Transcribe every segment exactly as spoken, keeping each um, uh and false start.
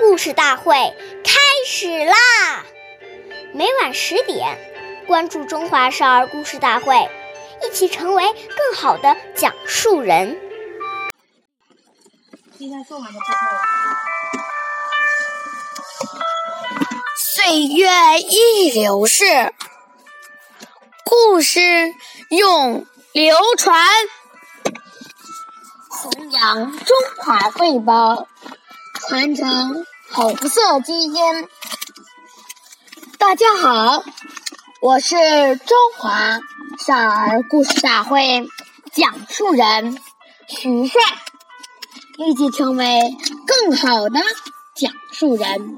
故事大会开始啦！每晚十点，关注中华少儿故事大会，一起成为更好的讲述人。 现在做完的之后， 岁月易流逝，故事永流传。弘扬中华瑰宝，传承红色基因。大家好，我是中华少儿故事大会讲述人徐帅，一起成为更好的讲述人。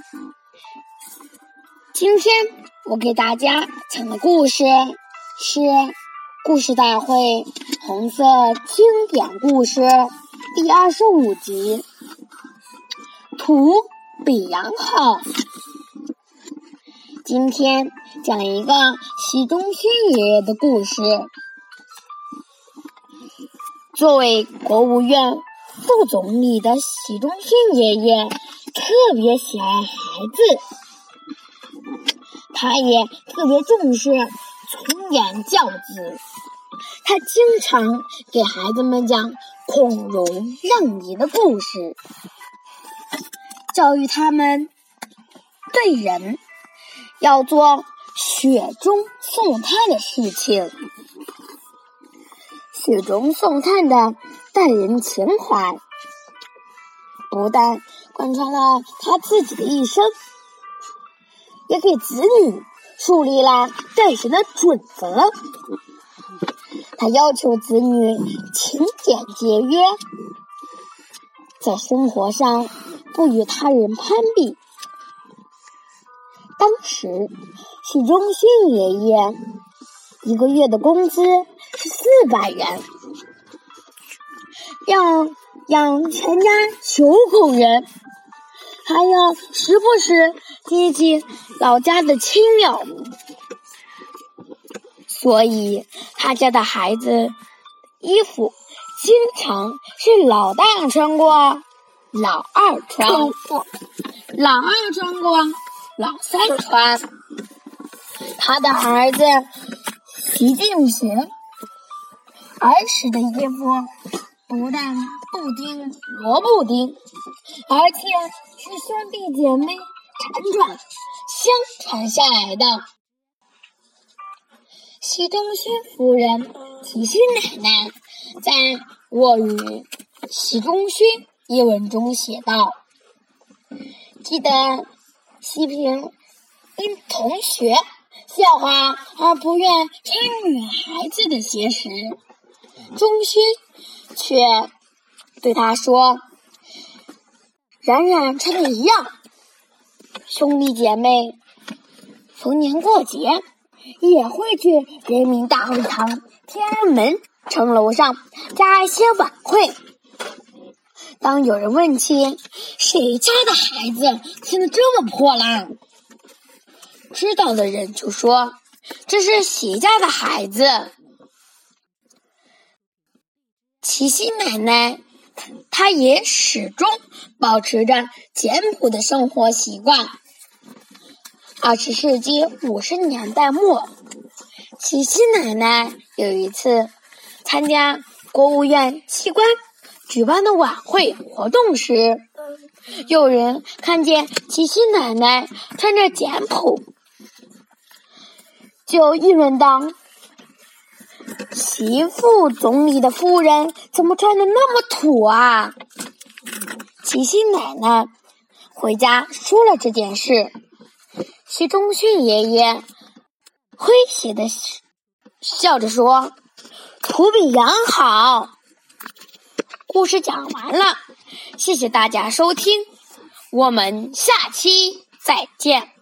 今天我给大家讲的故事是故事大会红色经典故事第二十五集，图比杨好。今天讲一个习仲勋爷爷的故事。作为国务院副总理的习仲勋爷爷特别喜爱孩子，他也特别重视从严教子，他经常给孩子们讲孔融让梨的故事，教育他们对人要做雪中送炭的事情。雪中送炭的待人情怀，不但贯穿了他自己的一生，也给子女树立了待人的准则。他要求子女勤俭节约，在生活上不与他人攀比。当时习仲勋爷爷一个月的工资是四百元，要养全家九口人，还要时不时接济老家的亲友，所以他家的孩子衣服经常是老大穿过，老二穿过，老二穿过，老三穿。他的儿子习近平儿时的衣服不但不钉罗布钉，而且是兄弟姐妹辗转相传下来的。习仲勋夫人齐心奶奶在《我与习仲勋》一文中写道：记得习平因同学笑话而不愿穿女孩子的鞋时，仲勋却对他说：冉冉穿的一样，兄弟姐妹逢年过节也会去人民大会堂、天安门城楼上加一些晚会。当有人问起谁家的孩子穿得这么破烂，知道的人就说这是习家的孩子。齐心奶奶她也始终保持着简朴的生活习惯。二十世纪五十年代末，齐心奶奶有一次参加国务院机关举办的晚会活动时，有人看见齐心奶奶穿着简朴，就议论道：习副总理的夫人怎么穿得那么土啊？齐心奶奶回家说了这件事，习仲勋爷爷诙谐的笑着说：图比杨好。故事讲完了，谢谢大家收听，我们下期再见。